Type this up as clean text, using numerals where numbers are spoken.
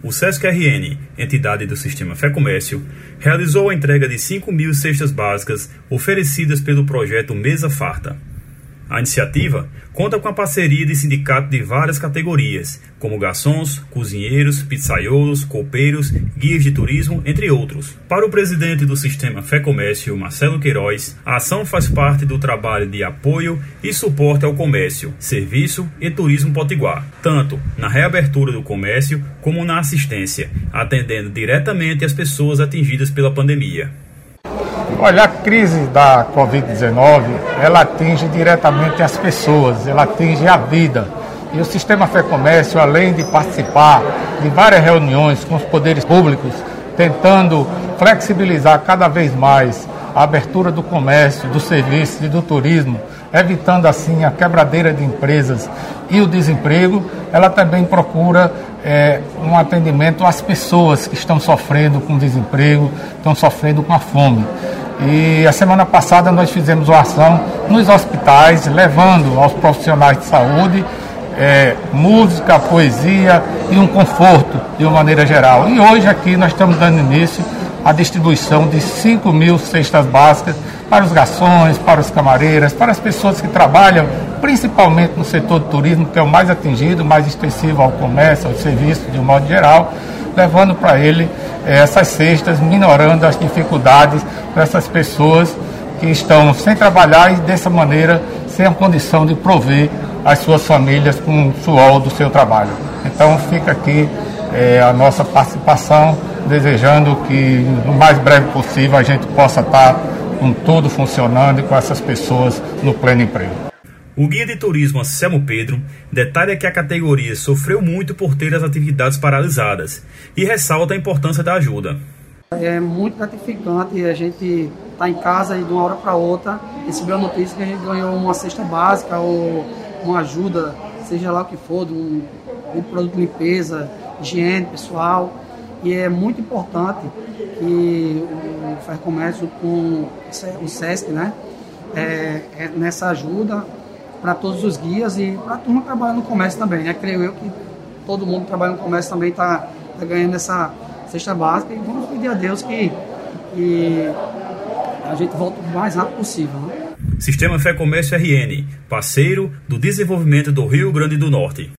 O Sesc-RN, entidade do Sistema Fé Comércio, realizou a entrega de 5.000 cestas básicas oferecidas pelo projeto Mesa Farta. A iniciativa conta com a parceria de sindicatos de várias categorias, como garçons, cozinheiros, pizzaiolos, copeiros, guias de turismo, entre outros. Para o presidente do Sistema Fé Comércio, Marcelo Queiroz, a ação faz parte do trabalho de apoio e suporte ao comércio, serviço e turismo potiguar, tanto na reabertura do comércio como na assistência, atendendo diretamente as pessoas atingidas pela pandemia. Olha, a crise da Covid-19, ela atinge diretamente as pessoas, ela atinge a vida. E o Sistema Fé Comércio, além de participar de várias reuniões com os poderes públicos, tentando flexibilizar cada vez mais a abertura do comércio, do serviço e do turismo, evitando assim a quebradeira de empresas e o desemprego, ela também procura um atendimento às pessoas que estão sofrendo com desemprego, estão sofrendo com a fome. E a semana passada nós fizemos uma ação nos hospitais, levando aos profissionais de saúde música, poesia e um conforto de uma maneira geral. E hoje aqui nós estamos dando início à distribuição de 5.000 cestas básicas para os garçons, para os camareiras, para as pessoas que trabalham principalmente no setor do turismo, que é o mais atingido, mais extensivo ao comércio, ao serviço de um modo geral, levando para ele essas cestas, minorando as dificuldades dessas pessoas que estão sem trabalhar e dessa maneira sem a condição de prover as suas famílias com o suor do seu trabalho. Então fica aqui a nossa participação, desejando que no mais breve possível a gente possa estar com tudo funcionando e com essas pessoas no pleno emprego. O guia de turismo Anselmo Pedro detalha que a categoria sofreu muito por ter as atividades paralisadas e ressalta a importância da ajuda. É muito gratificante a gente estar em casa e de uma hora para outra receber a notícia que a gente ganhou uma cesta básica ou uma ajuda, seja lá o que for, de um produto de limpeza, higiene pessoal. E é muito importante que o Fé Comércio com o Sesc, nessa ajuda para todos os guias e para a turma que trabalha no comércio também. Creio eu que todo mundo que trabalha no comércio também está ganhando essa cesta básica e vamos pedir a Deus que a gente volte o mais rápido possível. Sistema Fé Comércio RN, parceiro do desenvolvimento do Rio Grande do Norte.